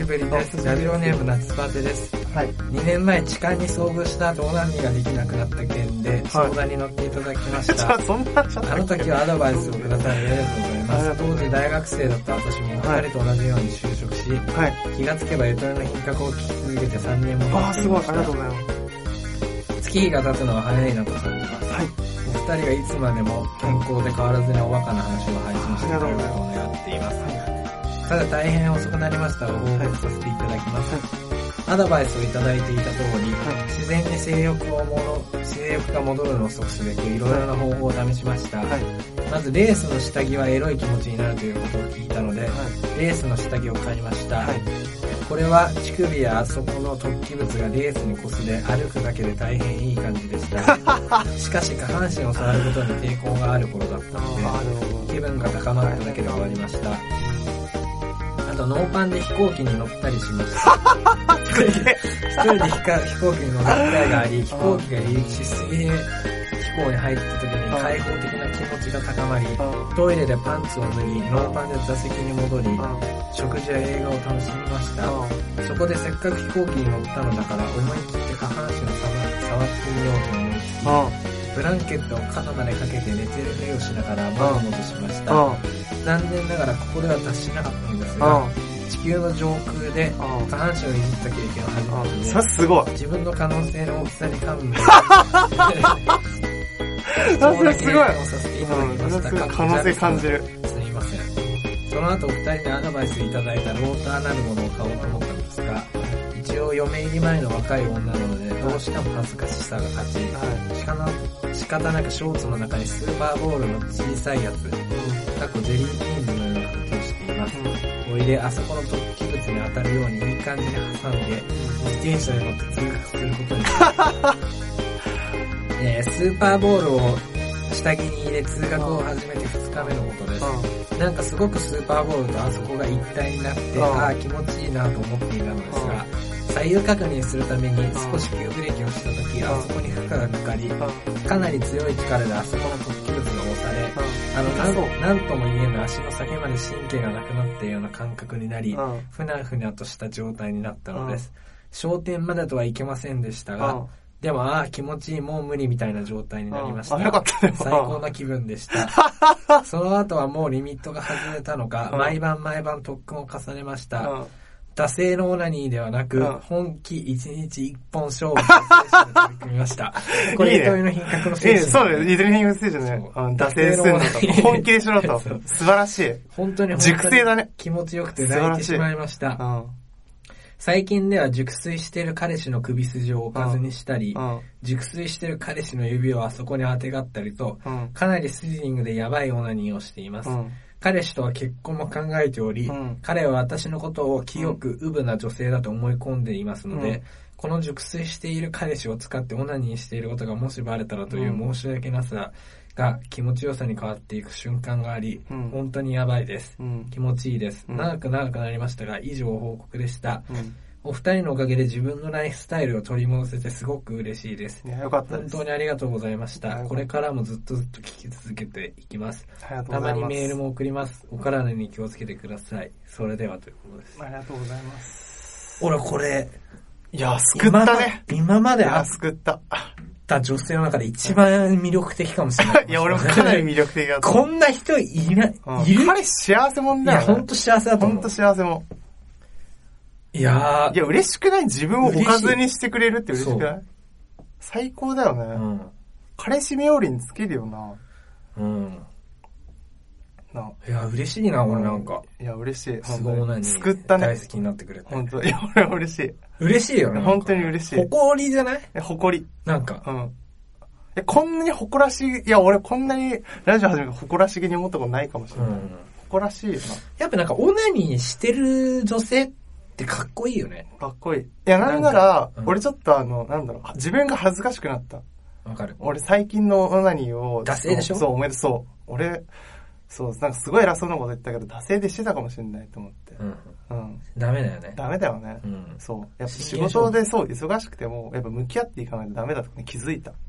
ぶりです。ラジオネーム夏バテです。 はい。 2年前痴漢に遭遇した後オナニーができなくなった件で相談に乗っていただきました。 そんなあの時はアドバイスをくださりありがとうございます。当時大学生だった私も2人と同じように就職し、はい、気がつけばゆとりの品格を聞き続けて3年も経っていました。 すごい、ありがとうございます。 月日が経つのは早いなと感じます。はい。お二人がいつまでも健康で変わらずにおバカな話を配信してくれることを願っています。ただ大変遅くなりましたがご報告させていただきます。アドバイスをいただいていた通り、自然に性欲が戻るのを即すべくいろいろな方法を試しました。まずレースの下着はエロい気持ちになるということを聞いたので、レースの下着を買いました。これは乳首やあそこの突起物がレースに擦れ歩くだけで大変いい感じでした。しかし下半身を触ることに抵抗がある頃だったので、気分が高まっただけで終わりました。あとノーパンで飛行機に乗ったりしました。一人で飛行機に乗る機会があり、飛行機が離陸し水平飛行に入った時に開放的な気持ちが高まり、トイレでパンツを脱ぎ、ノーパンで座席に戻り、食事や映画を楽しみました。そこでせっかく飛行機に乗ったのだから思い切って下半身を触ってみようと思いつき、ブランケットを肩までかけて寝てるふりをしながらもぞもぞしました。残念ながらここでは達しなかったのですが、地球の上空で下半身をいじった経験を初めてで、 それすごい。 自分の可能性の大きさに感銘それすごい。 をさせていただきました。 可能性感じる。 すみません。その後お二人にアドバイスいただいたローターなるものを買おうと思ったのですが、一応嫁入り前の若い女なのでどうしても恥ずかしさが勝ち、仕方なくショーツの中にスーパーボールの小さいやつ、過去ゼリーキーンズのような服をしています。おいであそこの突起物に当たるようにいい感じに挟んで、自転車に乗って通学することにしました。スーパーボールを下着に入れ通学を始めて2日目のことです。なんかすごくスーパーボールとあそこが一体になって、気持ちいいなと思っていたのですが、左右確認するために少し急ブレーキをした時、あそこに負荷がかかり、かなり強い力であそこの突起物が押され、なんとも言えぬ足の先まで神経がなくなったような感覚になり、ふなふなとした状態になったのです。焦点までとはいけませんでしたが、でも気持ちいい、もう無理みたいな状態になりました。 よかったね。 最高な気分でした。その後はもうリミットが外れたのか、毎晩特訓を重ねました。惰性のオナニーではなく、本気1日1本勝負の精神で取り組みました。これ、ゆとりの品格の精神。 そうだよ、ゆとりの品格の精神ね。惰性するのと、本気でしろと。素晴らしい。 本当に熟成だね。 気持ちよくて泣いてしまいました。最近では熟睡している彼氏の首筋をおかずにしたり、熟睡している彼氏の指をあそこにあてがったりと、かなりスリリングでやばいオナニーをしています。彼氏とは結婚も考えており、彼は私のことを清くウブな女性だと思い込んでいますので、この熟睡している彼氏を使ってオナニーしていることがもしバレたらという申し訳なさが気持ちよさに変わっていく瞬間があり、本当にやばいです。気持ちいいです。長くなりましたが、以上報告でした。お二人のおかげで自分のライフスタイルを取り戻せてすごく嬉しいです。 よかったです。 本当にありがとうございました。これからもずっと聞き続けていきます。たまにメールも送ります。お体に気をつけてください。それではということです。 ありがとうございます。 俺これ、 いや、救ったね。 今まで救った女性の中で一番魅力的かもしれない。 いや、俺もかなり魅力的だった。 こんな人いる？ 彼幸せもんだよね。 いや、ほんと幸せだと思う。 ほんと幸せもん。 いや、 嬉しくない？自分をおかずにしてくれるって嬉しくない？最高だよね。彼氏冥利につけるよな。 いや、嬉しいな、俺なんか。 いや、嬉しい。 すごいなに。 救ったね。 大好きになってくれて。 本当いや、俺は嬉しい。 嬉しいよね。 本当に嬉しい。 誇りじゃない？ 誇り。 なんか。 こんなに誇らしい、いや、俺こんなにラジオ始めて誇らしげに思ったことないかもしれない。誇らしいよな。 やっぱなんか、オナニーしてる女性ってかっこいいよね。 かっこいい。いや、なんなら、俺ちょっと自分が恥ずかしくなった。 わかる。 俺最近のオナニーを。 惰性でしょ？ そう、おめでとう。俺、そう、なんかすごい偉そうなこと言ったけど、惰性でしてたかもしれないと思って。 ダメだよね。 ダメだよね。そう。やっぱ仕事でそう、忙しくても、やっぱ向き合っていかないとダメだとかね、気づいた。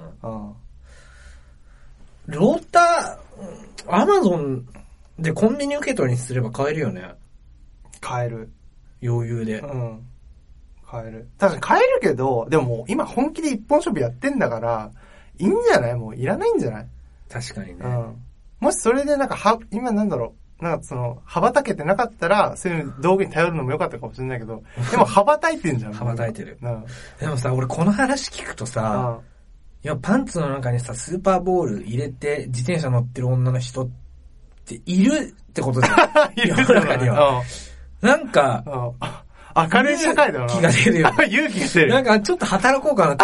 ローター、アマゾンでコンビニ受け取りにすれば買えるよね。 買える。 余裕で。 うん。買える。確かに買えるけど、でももう今本気で一本勝負やってんだから、いいんじゃない？もういらないんじゃない？ 確かにね。 うん。もしそれでなんか今なんだろう、なんかその、羽ばたけてなかったら、そういう道具に頼るのもよかったかもしれないけど、でも羽ばたいてんじゃん。 羽ばたいてる。 うん。 でもさ、俺この話聞くとさ、いや、パンツの中にさ、スーパーボール入れて自転車乗ってる女の人っているってことじゃん。 いる世の中には。なんか、 明るい社会だよな。 勇気が出るよ。 勇気が出る。 なんかちょっと働こうかなって。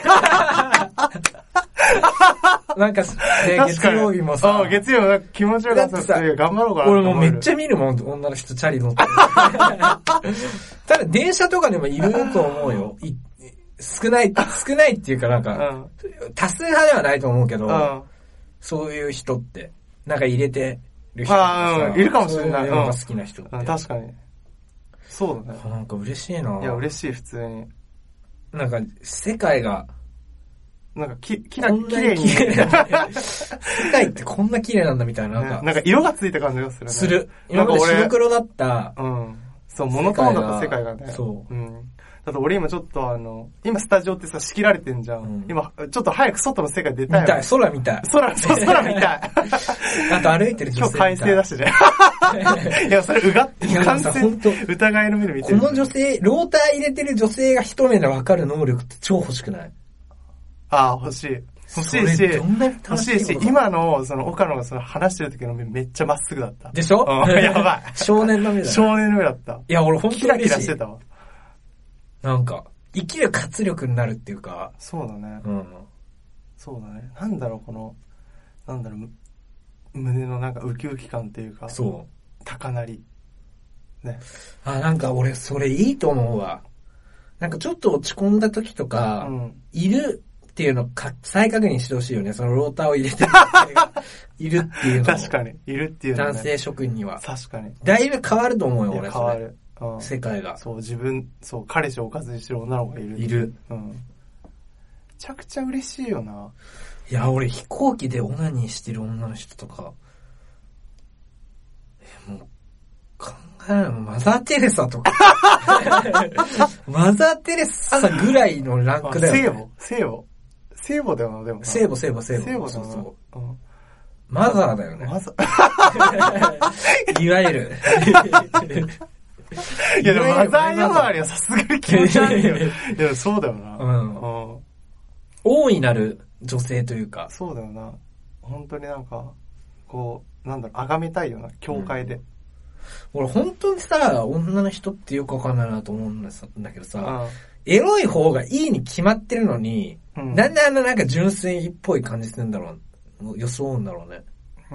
なんか、月曜日もさ。 月曜日気持ちよかったさ、頑張ろうかな。 俺もうめっちゃ見るもん、女の人チャリ乗ってる。ただ電車とかでもいると思うよ。少ないっていうかなんか、多数派ではないと思うけど、そういう人って、なんか入れてる人いるかもしれない。 そういうのが好きな人って。 確かに。そうだね。 なんか嬉しいな。 いや、嬉しい、普通に。 なんか、世界が、 なんか、綺麗に。世界ってこんな綺麗なんだみたいな。 なんか色がついた感じがするね。 する。今まで白黒だった。 うん。そう、モノトーンだった世界がね。 そう。 うん。だって俺今ちょっと今スタジオってさ、仕切られてんじゃん。今、ちょっと早く外の世界出たい。 見たい。空見たい。 空見たい。 あと歩いてる女性。 今日快晴だしね。いや、それ完全疑いの目で見てる。 この女性、ローター入れてる女性が一目でわかる能力って超欲しくない？ 欲しいし、今の、岡野が話してる時の目めっちゃまっすぐだった。 でしょ？ やばい。 少年の目だ。 少年の目だった。 いや、俺ほんとキラキラしてたわ。 なんか、生きる活力になるっていうか。 そうだね。そうだね。胸のなんかウキウキ感っていうか。 そう。 高鳴り。ね。 なんか俺それいいと思うわ。なんかちょっと落ち込んだ時とか、いるっていうのを再確認してほしいよね。そのローターを入れてる女性がいるっていうの。 確かに。いるっていうの、 男性諸君には。 確かに。 だいぶ変わると思うよ、俺。 変わる。 世界が。 そう、彼氏をおかずにしてる女の子がいる。 いる。 めちゃくちゃ嬉しいよな。 いや、俺飛行機でオナニーしてる女の人とか、もう、考えないの、マザー・テレサとか。マザー・テレサぐらいのランクだよ、ね。 聖母だよな、でも。 聖母。そうそう。マザーだよね。いわゆる。 いやでもマザー呼ばわりはさすがに気持ち悪いよ。いやそうだよな。 大いなる女性というか。 そうだよな。本当になんか、崇めたいよな、教会で。 俺本当にさ、女の人ってよくわかんないなと思うんだけどさ、エロい方がいいに決まってるのに、なんでなんか純粋っぽい感じするんだろう、装うんだろうね。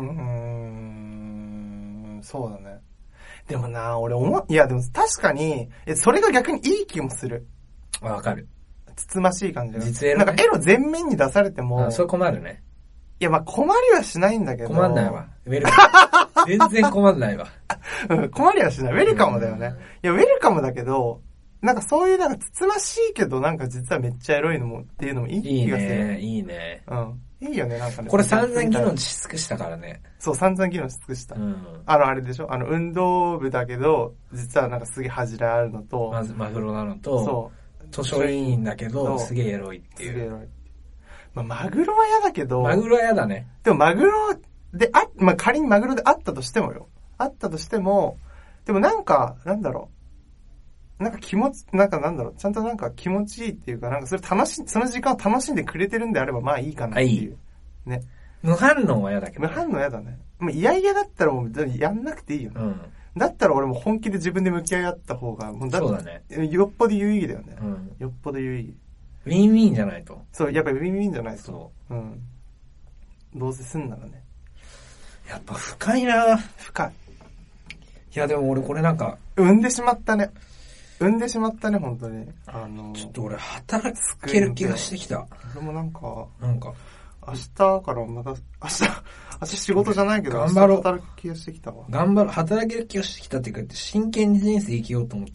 そうだね。でもな、いやでも確かに、それが逆にいい気もする。 わかる。 つつましい感じが。 実エロ、 ね。なんかエロ全面に出されても。 それ困るね。 いやまあ困りはしないんだけど。 困んないわ。ウェルカム。全然困んないわ。 困りはしない。ウェルカムだよね。いや、ウェルカムだけど、なんかそういうなんかつつましいけどなんか実はめっちゃエロいのもっていうのもいい気がする。 いいね。 いいよね、なんかね。 これ散々議論し尽くしたからね。 そう、散々議論し尽くした。あれでしょ運動部だけど、実はなんかすげえ恥じらいあるのと、 まずマグロなのと、そう。図書委員だけど、すげえエロいっていう。すげえエロい。 まあ、マグロは嫌だけど。 マグロは嫌だね。 でもマグロでまあ、仮にマグロであったとしてもよ。あったとしても、でもなんか、なんだろう。なんかちゃんとなんか気持ちいいっていうか、なんかその時間を楽しんでくれてるんであればまあいいかなっていう。ね。 無反応は嫌だけど、 ね。無反応嫌だね。もう嫌々だったらもうやんなくていいよね。だったら俺も本気で自分で向き合い合った方が、 そうだね。 よっぽど有意義だよね。よっぽど有意義。 ウィンウィンじゃないと。 そう、やっぱりウィンウィンじゃないと。 そう。 どうせすんならね。 やっぱ深いな。 深い。 いやでも俺これなんか。 産んでしまったね、本当に。 ちょっと俺働ける気がしてきた。 俺もなんか、明日からまた、明日仕事じゃないけど、 頑張ろう。 働く気がしてきたわ。 働ける気がしてきたっていうか、真剣に人生生きようと思った。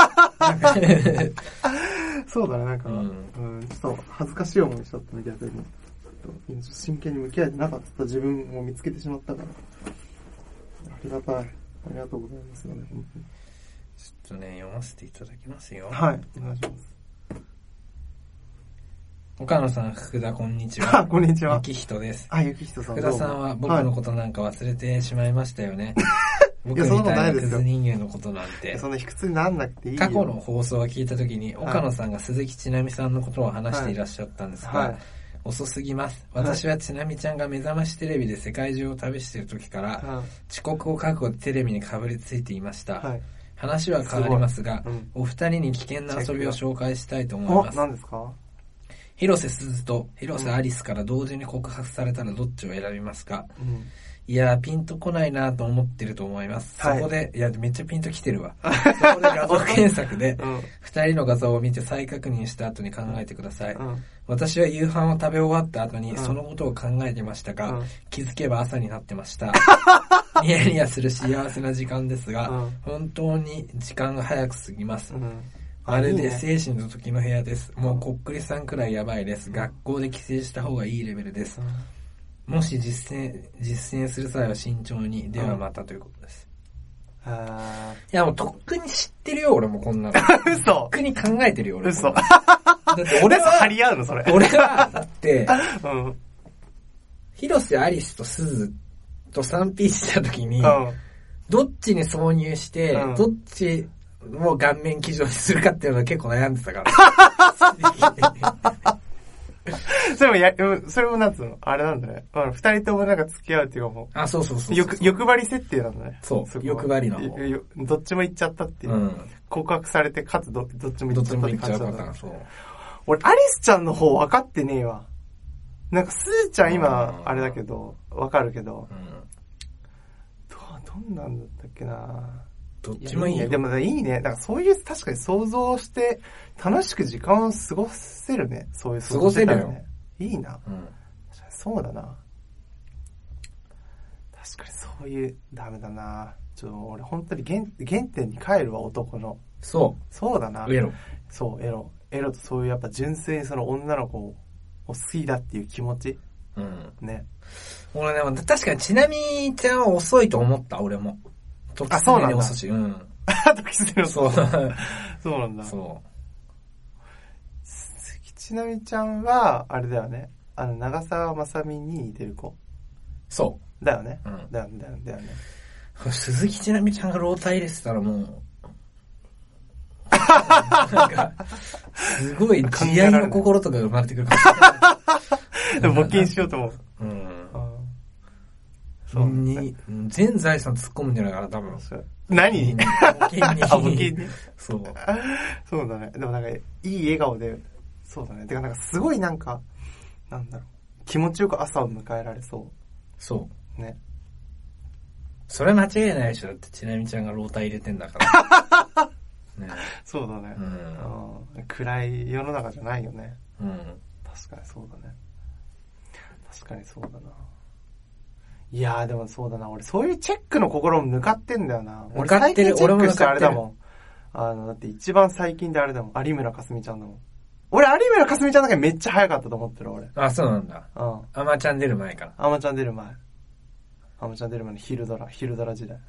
そうだね、なんか、ちょっと恥ずかしい思いしちゃったみたいな。真剣に向き合えてなかった自分を見つけてしまったから。ありがたい。ありがとうございますよね、本当に。 ちょっとね、読ませていただきますよ。 はい。お願いします。 岡野さん、福田、こんにちは。 こんにちは。 ゆきひとです。 ゆきひとさん。 福田さんは僕のことなんか忘れてしまいましたよね。僕みたいなクズ人間のことなんて。 そんな卑屈になんなくていいよ。 過去の放送を聞いたときに、岡野さんが鈴木ちなみさんのことを話していらっしゃったんですが、遅すぎます。私はちなみちゃんが目覚ましテレビで世界中を旅している時から、遅刻を覚悟でテレビにかぶりついていました。話は変わりますが、お二人に危険な遊びを紹介したいと思います。 何ですか？ 広瀬すずと広瀬アリスから同時に告白されたらどっちを選びますか？いやピンとこないなと思ってると思います。そこで、めっちゃピンときてるわ。そこで画像検索で、二人の画像を見て再確認した後に考えてください。私は夕飯を食べ終わった後にそのことを考えてましたが、気づけば朝になってました。ニヤニヤする幸せな時間ですが、本当に時間が早く過ぎます。まるで精神の時の部屋です。もうこっくりさんくらいやばいです。学校で帰省した方がいいレベルです。もし実践する際は慎重に。ではまたということです。いやもうとっくに知ってるよ俺もこんなの。 嘘。 とっくに考えてるよ俺。 嘘。 だって俺は張り合うのそれ。 俺はだって、広瀬アリスとスズと 3P した時に、どっちに挿入して、どっちもう顔面騎乗にするかっていうのは結構悩んでたから。 それもなんつうのあれなんだね。二人ともなんか付き合うっていうかもう。 そう。 欲張り設定なんだね。 そう。欲張りの方。 どっちも行っちゃったっていう。告白されて、かつどっちも行っちゃったって感じなんだ。俺、アリスちゃんの方分かってねえわ。なんか、スーちゃん今、あれだけど、分かるけど。どんなんだったっけな。 どっちもいいよ。 でもいいね。なんかそういう確かに想像して楽しく時間を過ごせるね。そういう過ごせるよ。 いいな。そうだな。確かにそういうダメだな。俺本当に原点に帰るわ男の。そうだな。 エロ。 そうエロとそういうやっぱ純粋にその女の子を好きだっていう気持ち。ね。 俺でも確かにちなみちゃんは遅いと思った俺も。 そうなんだ。 時すでにそう。そうなんだ。 そう。 鈴木ちなみちゃんは、あれだよね。長澤まさみに似てる子。 そう。 だよね。だよね。 鈴木ちなみちゃんがロータ入れてたらもう、なんか、すごい慈愛の心とか生まれてくるかもしれない。 募金しようと思う。 そうに全財産突っ込むんじゃないかな多分。 何？募金に。そう。そうだね。でもなんかいい笑顔で、そうだね。てかなんかすごいなんかなんだろう気持ちよく朝を迎えられそう。 そうね。 それ間違いないでしょ。だってちなみちゃんがローター入れてんだから。 ね。そうだね。暗い世の中じゃないよね。確かにそうだね。確かにそうだな。いやーでもそうだな。俺そういうチェックの心も向かってんだよな。 俺最近チェックしてあれだもん。だって一番最近であれだもん。有村架純ちゃんだもん。俺有村架純ちゃんだけめっちゃ早かったと思ってる俺。 あ、そうなんだ。アマちゃん出る前から。 アマちゃん出る前の昼ドラ時代。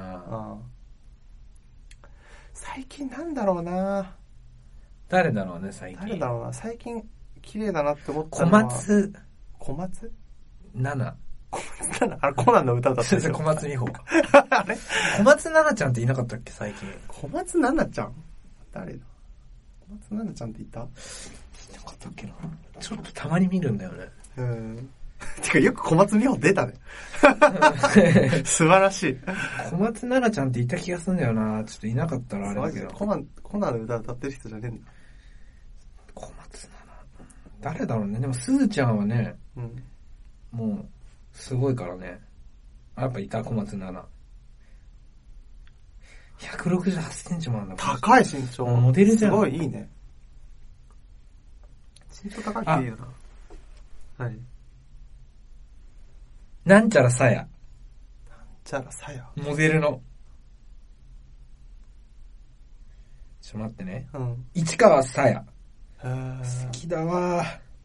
最近なんだろうな。 誰だろうね最近。 誰だろうな。最近綺麗だなって思ったのは。小松7。あれ、コナンの歌だったんですよ。 小松美穂か。あれ小松菜奈ちゃんっていなかったっけ最近。 小松菜奈ちゃん誰だ小松菜奈ちゃんっていた？いなかったっけな。ちょっとたまに見るんだよね。 てかよく小松美穂出たね。素晴らしい。 小松菜奈ちゃんっていた気がするんだよな。ちょっといなかったらあれだけど。 コナンの歌歌ってる人じゃねえんだ。 小松菜奈。誰だろうね。でもすずちゃんはね、もう、すごいからね。やっぱいた、小松菜奈。168センチもあるんだ。 高い身長。 モデルじゃん。 すごいいいね。身長高いっていいよな。はい。 なんちゃらさや。 モデルの。ちょっと待ってね。市川さや。好きだわ。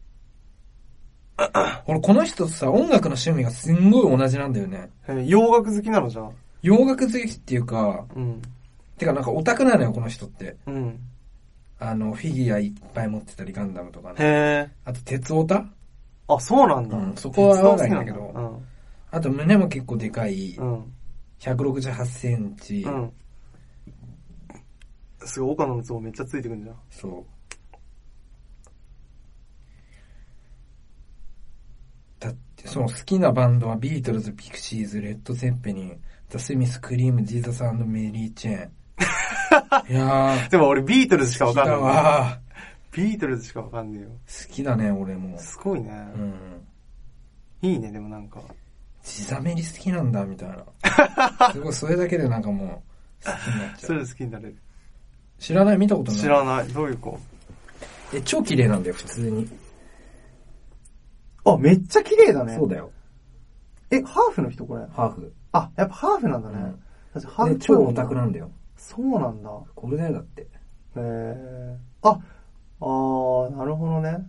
俺この人とさ、音楽の趣味がすんごい同じなんだよね。 洋楽好きなのじゃん。 洋楽好きっていうか、 てかなんかオタクなのよ、この人って。 うん。 フィギュアいっぱい持ってたり、ガンダムとかね。 へあと、鉄オタ？ あ、そうなんだ。 そこは合わないんだけど。 うん。 あと、胸も結構でかい。 うん。 168センチ。 うん。すごい、岡野のツボめっちゃついてくんじゃん。 そう。だって、その好きなバンドはビートルズ、ピクシーズ、レッド・ゼッペリン、ザ・スミス、クリーム、ジーザス&メリー・チェーン。いやー。 でも俺ビートルズしかわかんない。 好きだわ。 ビートルズしかわかんねえよ。 好きだね、俺も。 すごいね。 うん。 いいね、でもなんか。 ジザメリ好きなんだ、みたいな。すごい、それだけでなんかもう、好きになっちゃう。 それで好きになれる。 知らない？見たことない？ 知らない。どういう子？ 超綺麗なんだよ、普通に。 あ、めっちゃ綺麗だね。 そうだよ。 ハーフの人これ？ ハーフ。 あ、やっぱハーフなんだね。 ハーフ超オタクなんだよ。 そうなんだ。 これだよ、だって。 なるほどね。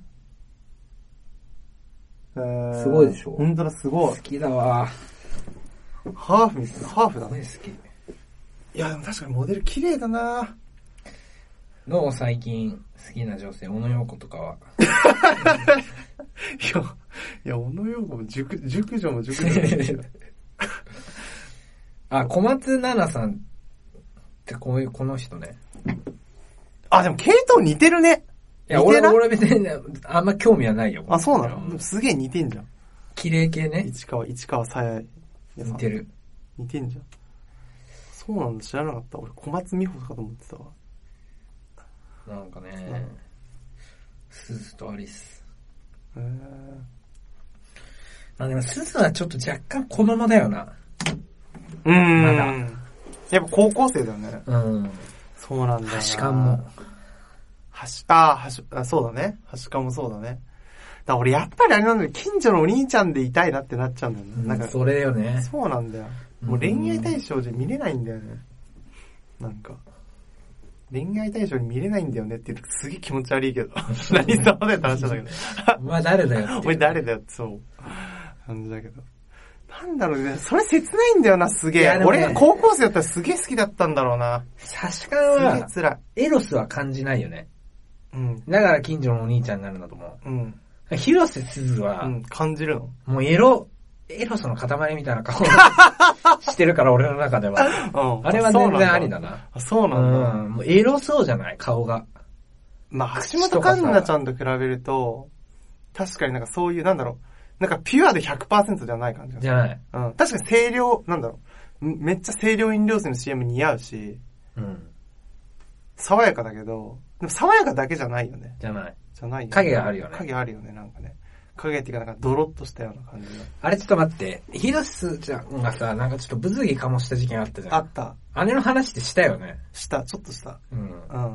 すごいでしょ？ ほんとだ、すごい。 好きだわ。 ハーフだね。 好き。 いや、でも確かにモデル綺麗だな。 どう最近好きな女性、小野洋子とかは。 いや、小野洋子も熟女も熟女も。 あ、小松菜奈さんってこの人ね。 あ、でも系統似てるね。 いや、俺別にあんま興味はないよ。 あ、そうなの？すげえ似てんじゃん。 綺麗系ね。 市川さや。 似てる。 似てんじゃん。そうなんだ、知らなかった。俺小松美穂かと思ってたわ。 なんかね、スズとアリス。まあでもスズはちょっと若干子供だよな。まだ。 やっぱ高校生だよね。 うん。 そうなんだよな。 橋勘も。 そうだね。橋勘もそうだね。だから俺やっぱりあれなんだよ。近所のお兄ちゃんでいたいなってなっちゃうんだよね。なんかそれよね。 そうなんだよ。もう恋愛対象じゃ見れないんだよね。なんか。恋愛対象に見れないんだよねって言うとすげえ気持ち悪いけど。何様だよって話なんだけど。 お前誰だよって。 お前誰だよってそう。感じだけど。なんだろうね。それ切ないんだよな、すげえ。俺が高校生だったらすげえ好きだったんだろうな。 確かは、 すげえ辛い。 エロスは感じないよね。うん。だから近所のお兄ちゃんになるんだと思う。うん。広瀬すずは、 感じるの？ もうエロスの塊みたいな顔してるから俺の中では。あれは全然ありだな。 そうなんだ。 もうエロそうじゃない？顔が。 まあ、橋本環奈ちゃんと比べると、確かになんかそういう、なんだろう。なんかピュアで 100% じゃない感じ。 じゃない。 うん。確かに清涼、なんだろう。めっちゃ清涼飲料水の CM 似合うし、うん。爽やかだけど、でも爽やかだけじゃないよね。 じゃない。 じゃないよね。 影があるよね。 影あるよね、なんかね。影っていうかなんかドロッとしたような感じの。 あれちょっと待って。広瀬ちゃんがさ、なんかちょっと物議かもした事件あったじゃん。 あった。 姉の話ってしたよね。 ちょっとした。うん。うん。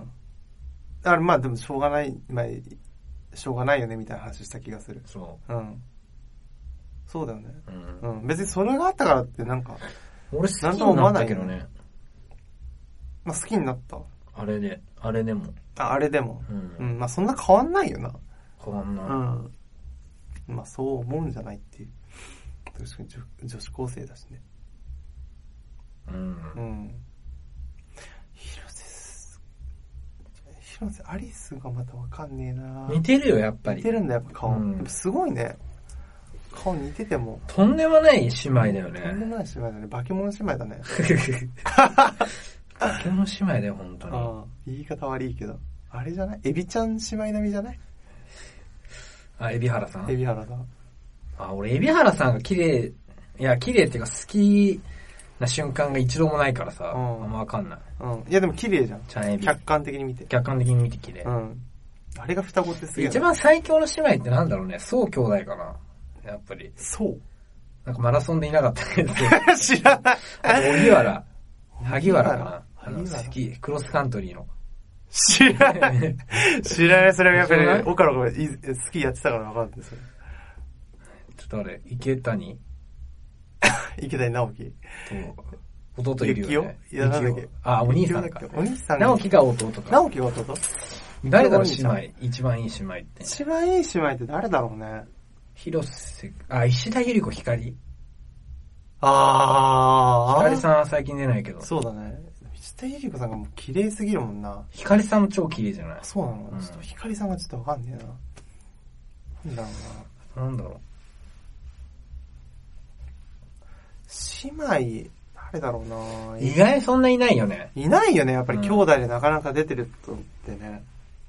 あれまあでもしょうがない、まあ、しょうがないよねみたいな話した気がする。 そう。 うん。そうだよね。うん。別にそれがあったからってなんか、 俺好きになったけどね。 まあ好きになった。 あれでも。 あれでも。うん。まあそんな変わんないよな。 変わんない。 うん。まあそう思うんじゃないっていう。確かに女子高生だしね。うん。広瀬アリスがまたわかんねえな。 似てるよ、やっぱり。 似てるんだ、やっぱ顔。やっぱすごいね。顔似てても。 とんでもない姉妹だよね。 とんでもない姉妹だね。化け物姉妹だね。 化け物姉妹だよ、本当に。 言い方悪いけど。あれじゃない？エビちゃん姉妹並みじゃない？ あ、海老原さん？ 海老原さん。 俺、海老原さんが綺麗っていうか好きな瞬間が一度もないからさ、あんまわかんない。 いやでも綺麗じゃん。 ちゃんエビ。 客観的に見て綺麗。 あれが双子ってすげえ。 一番最強の姉妹ってなんだろうね。そう兄弟かな。やっぱり。 そう。 なんかマラソンでいなかったけど。 知らない。 萩原かな。クロスカントリーの。 知らない。それはやっぱり、岡野がスキーやってたから分かるんですよ。 ちょっとあれ、池谷直樹。 弟いるよね。 いや、なんだっけ。 お兄さんか。 お兄さん。 直樹が弟か。 直樹が弟？ 誰だろう、姉妹。一番いい姉妹って。 一番いい姉妹って誰だろうね。 広瀬、石田ゆり子光。 光さんは最近出ないけど。 そうだね。 藤田ゆり子さんがもう綺麗すぎるもんな。 ひかりさんも超綺麗じゃない？ そうなの、ちょっとひかりさんがちょっとわかんねえな。なんだろうな。 なんだろう。姉妹、誰だろうな。 意外にそんないないよね。 いないよね、やっぱり兄弟でなかなか出てるとってね。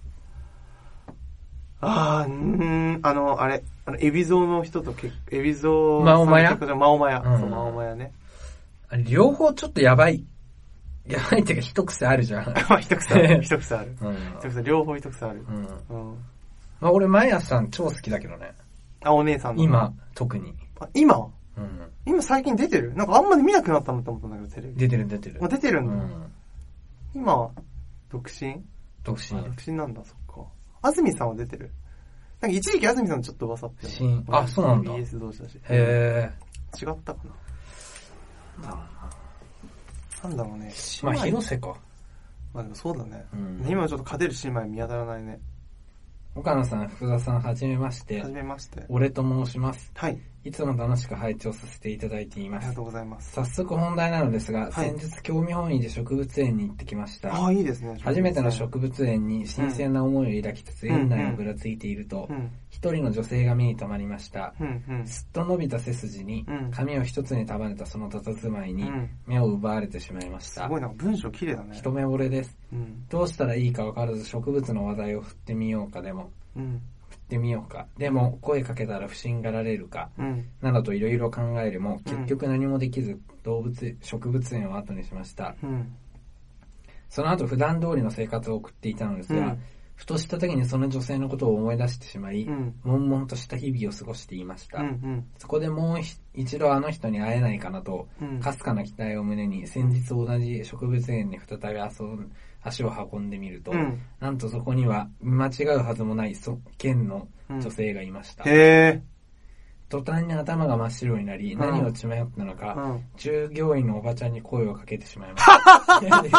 あれ、海老蔵の人と海老蔵マオマヤマオマヤ。そう、マオマヤね。 あれ両方ちょっとやばい。やばいっていうか一癖あるじゃん。 まあ一癖ある。一癖ある。 うん。 一癖両方一癖ある。 うん。 うん。 まあ俺、マヤさん超好きだけどね。 あ、お姉さんの。 今、特に。 あ、今うん。 今最近出てる？なんかあんまり見なくなったのと思ったんだけど、テレビ。 出てる。 あ、出てるんだ。 うん。 今、独身？ 独身。 独身なんだ、そっか。安住さんは出てる？なんか一時期安住さんちょっと噂ってる。 あ、そうなんだ。 BS 同士だし。 へ違ったかな。なんだろうね。 まあ、広瀬か。 まあでもそうだね。 うん、 今ちょっと勝てる姉妹見当たらないね。 岡野さん、福田さん、はじめまして。 はじめまして。 俺と申します。 はい。 いつも楽しく拝聴させていただいています。 ありがとうございます。 早速本題なのですが、 はい、 先日興味本位で植物園に行ってきました。 ああ、いいですね。 初めての植物園に新鮮な思いを抱きつつ、園内をぶらついていると、一人の女性が目に留まりました。すっと伸びた背筋に、髪を一つに束ねたその佇まいに、目を奪われてしまいました。 すごいなんか文章綺麗だね。 一目惚れです。どうしたらいいか分からず植物の話題を振ってみようかでも、でも声かけたら不審がられるか、などといろいろ考えるも結局何もできず植物園を後にしました、その後普段通りの生活を送っていたのですが、ふとした時にその女性のことを思い出してしまい、悶々とした日々を過ごしていました、そこでもう一度あの人に会えないかなと、かすかな期待を胸に先日同じ植物園に再び足を運んでみると、なんとそこには見間違うはずもない県の女性がいました。途端に頭が真っ白になり、何を血迷ったのか、従業員のおばちゃんに声をかけてしまいました。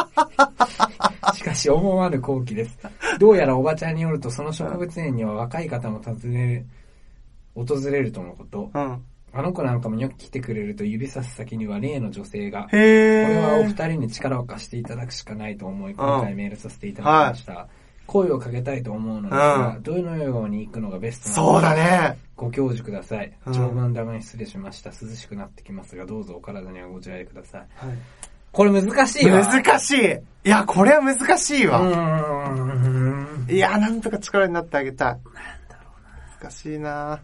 しかし思わぬ好機です。どうやらおばちゃんによると、その植物園には若い方も訪れるとのこと。あの子なんかもよく来てくれると指さす先には例の女性が、これはお二人に力を貸していただくしかないと思い、今回メールさせていただきました。声をかけたいと思うのですが、どのように行くのがベストなのか、 そうだね。 ご教授ください。長文ダメに失礼しました。涼しくなってきますが、どうぞお体にはご自愛ください。これ難しいわ。 難しい。いや、これは難しいわ。いや、なんとか力になってあげたい。なんだろうな。難しいな。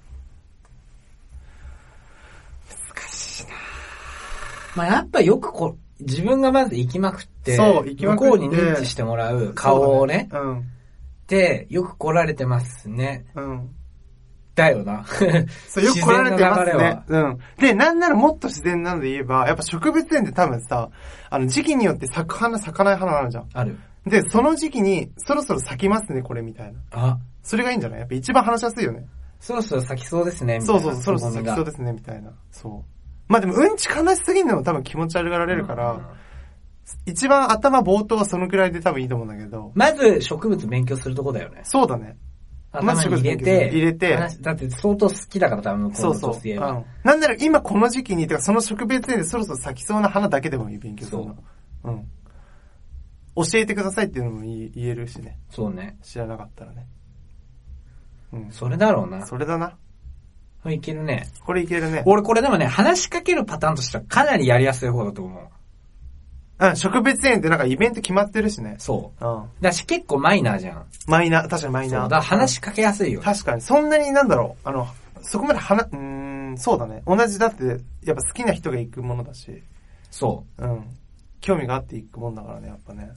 まあやっぱよく自分がまず行きまくって、向こうに認知してもらう顔をね、で、よく来られてますね。だよな。 そう、よく来られてますね。で、なんならもっと自然なので言えば、やっぱ植物園って多分さ、時期によって咲く花、咲かない花あるじゃん。 ある。 で、その時期に、そろそろ咲きますね、これみたいな。 あ。 それがいいんじゃない？やっぱ一番話しやすいよね。 そろそろ咲きそうですね、みたいな。 そう、そろそろ咲きそうですね、みたいな。そう。まあでもうんち悲しすぎるのも多分気持ち悪がられるから、一番頭冒頭はそのくらいで多分いいと思うんだけど。 まず植物勉強するとこだよね。 そうだね。 頭に入れて。だって相当好きだから多分向こうの女性は。 なんなら今この時期に、とかその植物園でそろそろ咲きそうな花だけでもいい勉強するの。教えてくださいっていうのも言えるしね。 そうね。 知らなかったらね。 それだろうな。 それだな。 これいけるね。 これいけるね。 俺これでもね、話しかけるパターンとしてはかなりやりやすい方だと思う。植物園ってなんかイベント決まってるしね。 そう。だし結構マイナーじゃん。 確かにマイナー。 だから話しかけやすいよ。 確かに。そんなになんだろう。そこまでそうだね。同じだって、やっぱ好きな人が行くものだし。 そう。 興味があって行くもんだからね、やっぱね。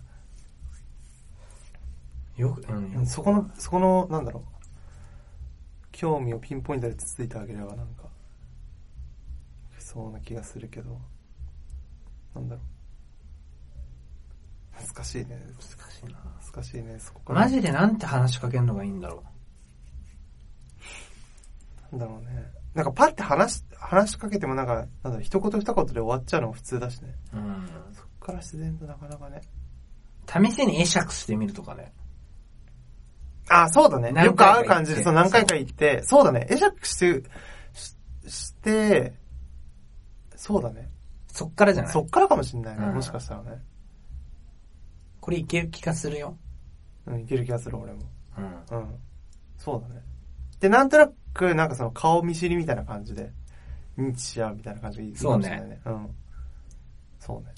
そこの、なんだろう。興味をピンポイントでつついてあげればなんか、そうな気がするけど、なんだろう。難しいね。難しいね、そこから。 マジでなんて話しかけるのがいいんだろう。なんだろうね。なんかパッて話しかけてもなんか、なんだろう、一言二言で終わっちゃうのが普通だしね。そこから自然となかなかね。 試しに会釈してみるとかね。 あ、そうだね。よく会う感じで、何回か行って、そうだね。会釈して、そうだね。 そっからじゃない？ そっからかもしんないね。もしかしたらね。 これいける気がするよ。 うん、いける気がする、俺も。 うん。 うん。そうだね。で、なんとなく、なんかその顔見知りみたいな感じで、認知し合うみたいな感じがいいかもしれないね。うん。そうね。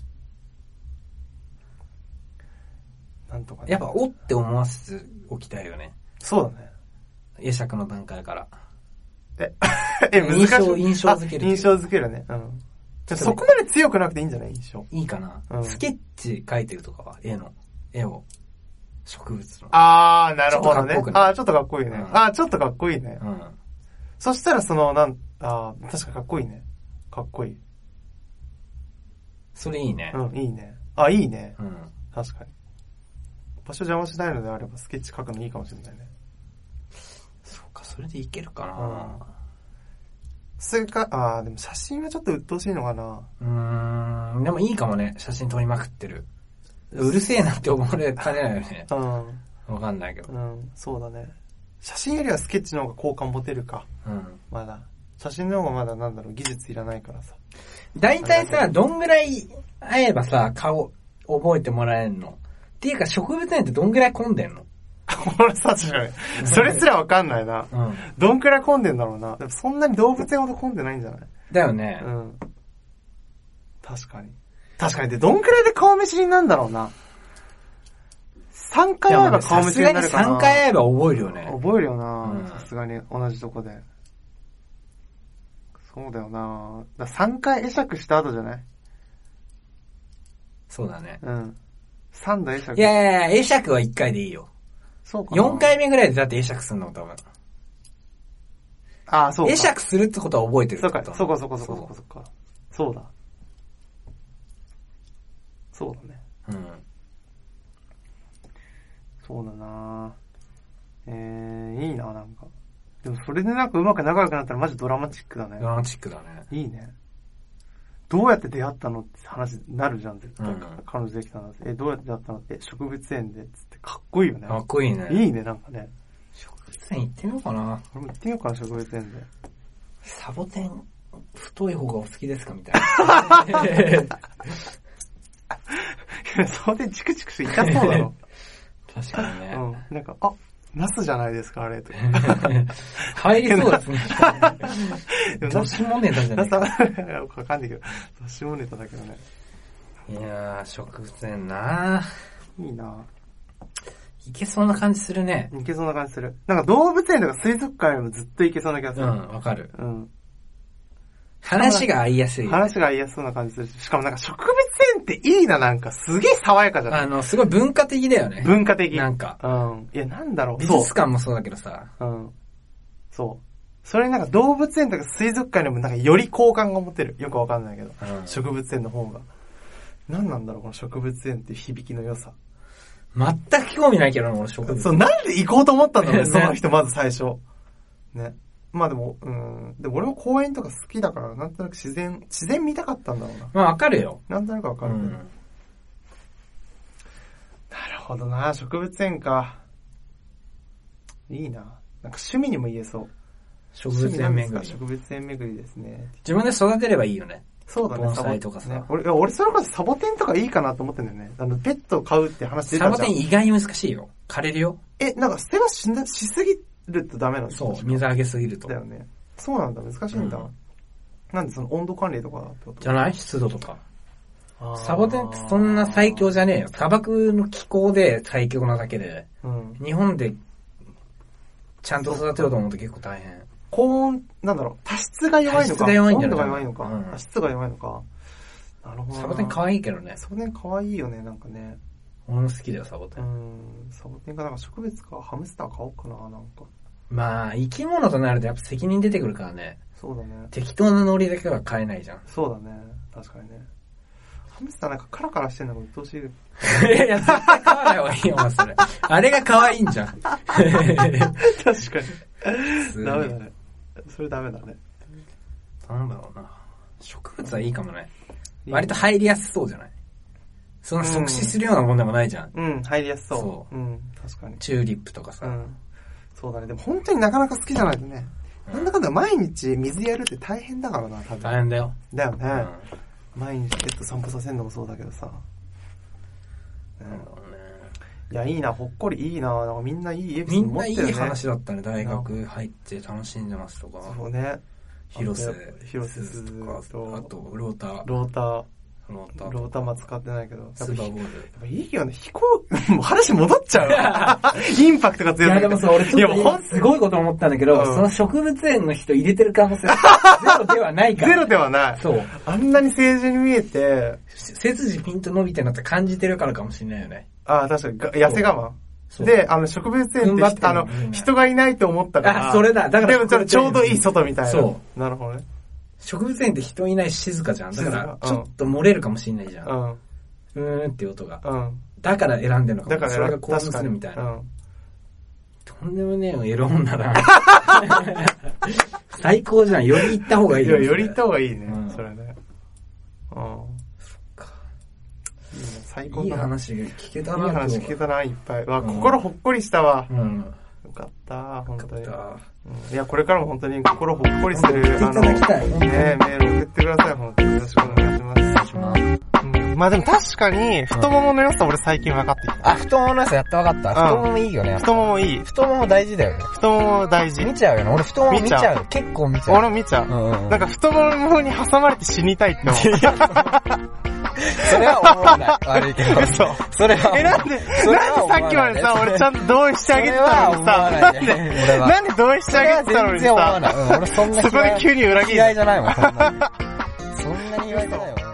なんとかね。 やっぱ、おって思わせておきたいよね。 そうだね。 会釈の段階から。 難しい。 印象づける。 印象づけるね。うん。そこまで強くなくていいんじゃない印象。 いいかな、うん、スケッチ描いてるとかは絵を。植物の。 あー、なるほどね。あー、ちょっとかっこいいね。うん、あー、ちょっとかっこいいね。 うん。 そしたら確かかっこいいね。かっこいい。 それいいね。 うん、いいね。あ、いいね。 うん。 確かに。場所邪魔しないのであればスケッチ描くのいいかもしれないね。 そうか、それでいけるかな、 うん、それか、でも写真はちょっと鬱陶しいのかな。 でもいいかもね、写真撮りまくってる。うるせえなって思われかねないよね。 うん。 わかんないけど。 うん、そうだね。写真よりはスケッチの方が好感持てるか。 うん。 まだ。写真の方がまだ技術いらないからさ。 だいたいさ、どんぐらい会えばさ、顔覚えてもらえんの？っていうか植物園ってどんぐらい混んでんの？ 俺さ、確かに。それすらわかんないな。 うん。 どんくらい混んでんだろうな。でもそんなに動物園ほど混んでないんじゃない？ だよね。 うん。確かに。確かに。で、どんくらいで顔見知りなんだろうな。3回会えば顔見知りになるかな。 さすがに3回会えば覚えるよね。 覚えるよな。さすがに同じとこで。そうだよな。3回会釈した後じゃない？ そうだね。 うん。3度会釈。 いや、会釈は1回でいいよ。 そうかな。 4回目ぐらいでだって会釈するの多分。 ああ、そうか。 会釈するってことは覚えてるってこと。 そうか。そうだ。そうだね。 うん。 そうだな。いいな、なんか。でもそれでなんかうまく仲良くなったらマジドラマチックだね。 ドラマチックだね。 いいね。どうやって出会ったのって話になるじゃん、絶対。彼女できたのって。どうやって出会ったのって、植物園で、つってかっこいいよね。 かっこいいね。 いいね、なんかね。 植物園行ってみようかな。 俺も行ってみようかな、植物園で。 サボテン、太い方がお好きですかみたいな。 サボテンチクチクして痛そうだろ。 確かにね。 うん。なんか、ナスじゃないですか、あれ、とか。 入りそうですね。どしもネタじゃないか。 わかんないけど、どしもネタだけどね。 いやー、植物園なー。 いいな。 いけそうな感じするね。 いけそうな感じする。なんか動物園とか水族館よりもずっといけそうな気がする。 うん、わかる。 うん。 話が合いやすい。 話が合いやすそうな感じするし。しかもなんか植物園っていいな、なんかすげえ爽やかじゃない？ すごい文化的だよね。 文化的。 なんか。 うん。いや、なんだろう。 美術館もそうだけどさ。 うん。そう。それになんか動物園とか水族館よりもなんかより好感が持てる。よくわかんないけど。うん、植物園の方が。なんなんだろう、この植物園っていう響きの良さ。 全く興味ないけどな、俺植物園。 そう、なんで行こうと思ったんだろうね、その人まず最初。ね。まあでも、でも俺も公園とか好きだから、なんとなく自然見たかったんだろうな。 まあわかるよ。 なんとなくわかるけど。なるほどな、植物園か。いいな。なんか趣味にも言えそう。 植物園巡り。 植物園巡りですね。 自分で育てればいいよね。 そうだね。 盆栽とかさ。 ね、俺それこそサボテンとかいいかなと思ってんだよね。ペットを飼うって話出たじゃん。 サボテン意外に難しいよ。枯れるよ。 なんか捨てはしすぎるとダメなんだ。 そう、水あげすぎると。 だよね。そうなんだ、難しいんだ。なんでその温度管理とかってこと？ じゃない？湿度とか。サボテンってそんな最強じゃねえよ。砂漠の気候で最強なだけで。日本でちゃんと育てようと思うと結構大変。 高温、なんだろう、多湿が弱いのか。 多湿が弱いんじゃない？ 温度が弱いのか。多湿が弱いのか。なるほど。 サボテン可愛いけどね。 サボテン可愛いよね、なんかね。 俺も好きだよ、サボテン。 サボテンか、なんか植物か、ハムスター買おうかな、なんか。 まあ、生き物となるとやっぱ責任出てくるからね。 そうだね。 適当なノリだけは買えないじゃん。 そうだね。確かにね。ハムスターなんかカラカラしてんのが鬱陶しい。 いや、絶対買わない方がいいよ、それ。あれが可愛いんじゃん。確かに。ダメだね。それダメだね。 なんだろうな。植物はいいかもね。割と入りやすそうじゃない？その即死するようなもんでもないじゃん。 入りやすそう。 そう。 確かに。 チューリップとかさ。 そうだね。でも本当になかなか好きじゃないとね。なんだかんだ毎日水やるって大変だからな、多分。 大変だよ。 だよね。毎日ペット散歩させるのもそうだけどさ。 なるほどね。 いや、いいな、ほっこりいいな。なんかみんないいエピソード持ってるね。 みんないい話だったね。大学入って楽しんでますとか。 そうね。 広瀬すずと、あと、ロータマ使ってないけど。 スーパーボール。 やっぱいいよね。もう話戻っちゃう。インパクトが強い。 いや、でもさ、俺ちょっとすごいこと思ったんだけど、その植物園の人入れてる可能性ゼロではないから。 ゼロではない。 そう。 あんなに政治に見えて、 背筋ピンと伸びてるのって感じてるからかもしれないよね。 ああ、確かに。痩せ我慢。で、植物園って、人がいないと思ったから。 あ、それだ。だから。 でもちょうどいい外みたいな。 そう。 なるほどね。 植物園って人いないし静かじゃん。だから、ちょっと漏れるかもしれないじゃん。っていう音が。だから選んでるのかも。だからそれが興奮するみたいな。とんでもねえよ、エロ女だな。最高じゃん。より行った方がいいよ。 より行った方がいいね。それね。そっか。いいね、最高だ。 いい話聞けたな。 いい話聞けたな、いっぱい。心ほっこりしたわ。よかった、本当に。いや、これからも本当に心ほっこりする、 メール送ってください、本当に。よろしくお願いします。まあでも確かに、太ももの良さ俺最近分かってきた。 あ、太ももの良さやっと分かった。太ももいいよね。 太ももいい。 太もも大事だよね。 太もも大事。 見ちゃうよね。俺太もも見ちゃう。結構見ちゃう。 俺も見ちゃう。なんか太ももに挟まれて死にたいって思う。 それは思わない。悪いけど。 嘘。 それは。 なんでさっきまでさ、俺ちゃんと同意してあげてたのにさ、なんで同意してあげてたのにさ、 俺そんなそこで急に裏切る。 嫌いじゃないもん、そんなに。そんなに嫌いじゃないよ。